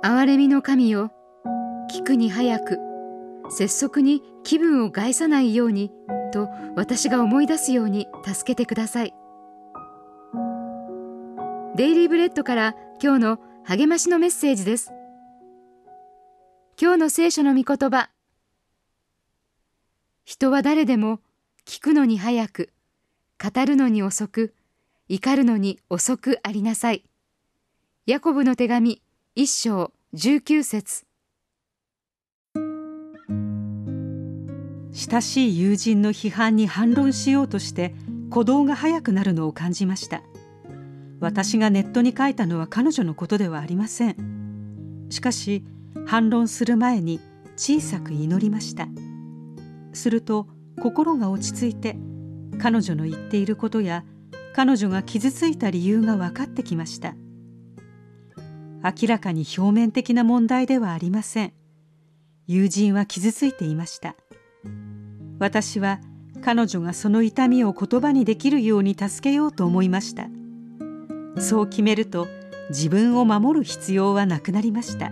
憐れみの神よ、聞くに早く、拙速に気分を害さないようにと私が思い出すように助けてください。デイリーブレッドから今日の励ましのメッセージです。今日の聖書の御言葉。人は誰でも聞くのに早く、語るのに遅く、怒るのに遅くありなさい。ヤコブの手紙1章19節。 親しい友人の批判に反論しようとして鼓動が速くなるのを感じました。私がネットに書いたのは彼女のことではありません。しかし反論する前に小さく祈りました。すると心が落ち着いて、彼女の言っていることや彼女が傷ついた理由が分かってきました。明らかに表面的な問題ではありません。友人は傷ついていました。私は彼女がその痛みを言葉にできるように助けようと思いました。そう決めると自分を守る必要はなくなりました。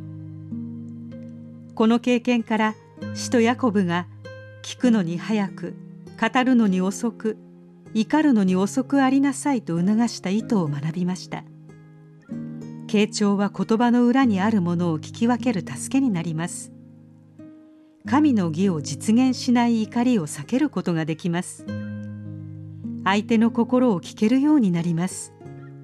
この経験から使徒ヤコブが聞くのに早く、語るのに遅く、怒るのに遅くありなさいと促した意図を学びました。傾聴は言葉の裏にあるものを聞き分ける助けになります。神の義を実現しない怒りを避けることができます。相手の心を聞けるようになります。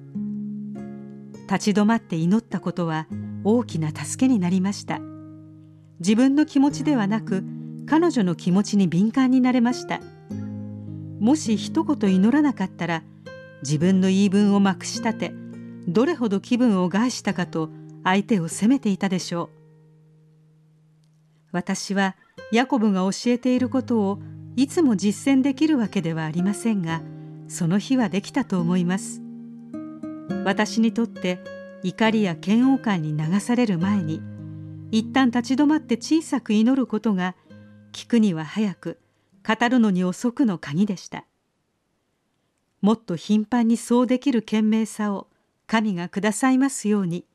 立ち止まって祈ったことは大きな助けになりました。自分の気持ちではなく、彼女の気持ちに敏感になれました。もし一言祈らなかったら、自分の言い分をまくし立て、どれほど気分を害したかと相手を責めていたでしょう。私はヤコブが教えていることをいつも実践できるわけではありませんが、その日はできたと思います。私にとって怒りや嫌悪感に流される前に、一旦立ち止まって小さく祈ることが、聞くには早く、語るのに遅くの鍵でした。もっと頻繁にそうできる賢明さを神がくださいますように。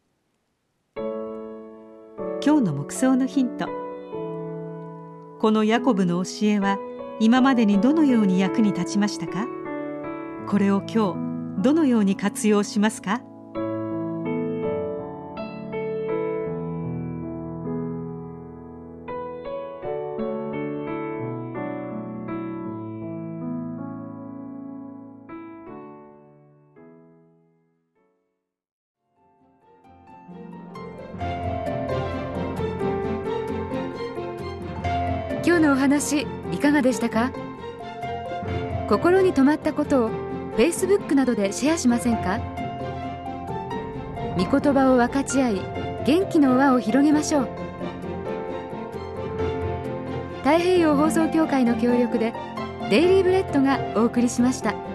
今日の黙想のヒント。このヤコブの教えは今までにどのように役に立ちましたか？これを今日どのように活用しますか？ 今日のお話いかがでしたか？心に留まったことを Facebook などでシェアしませんか？御言葉を分かち合い、元気の輪を広げましょう。太平洋放送協会の協力でデイリーブレッドがお送りしました。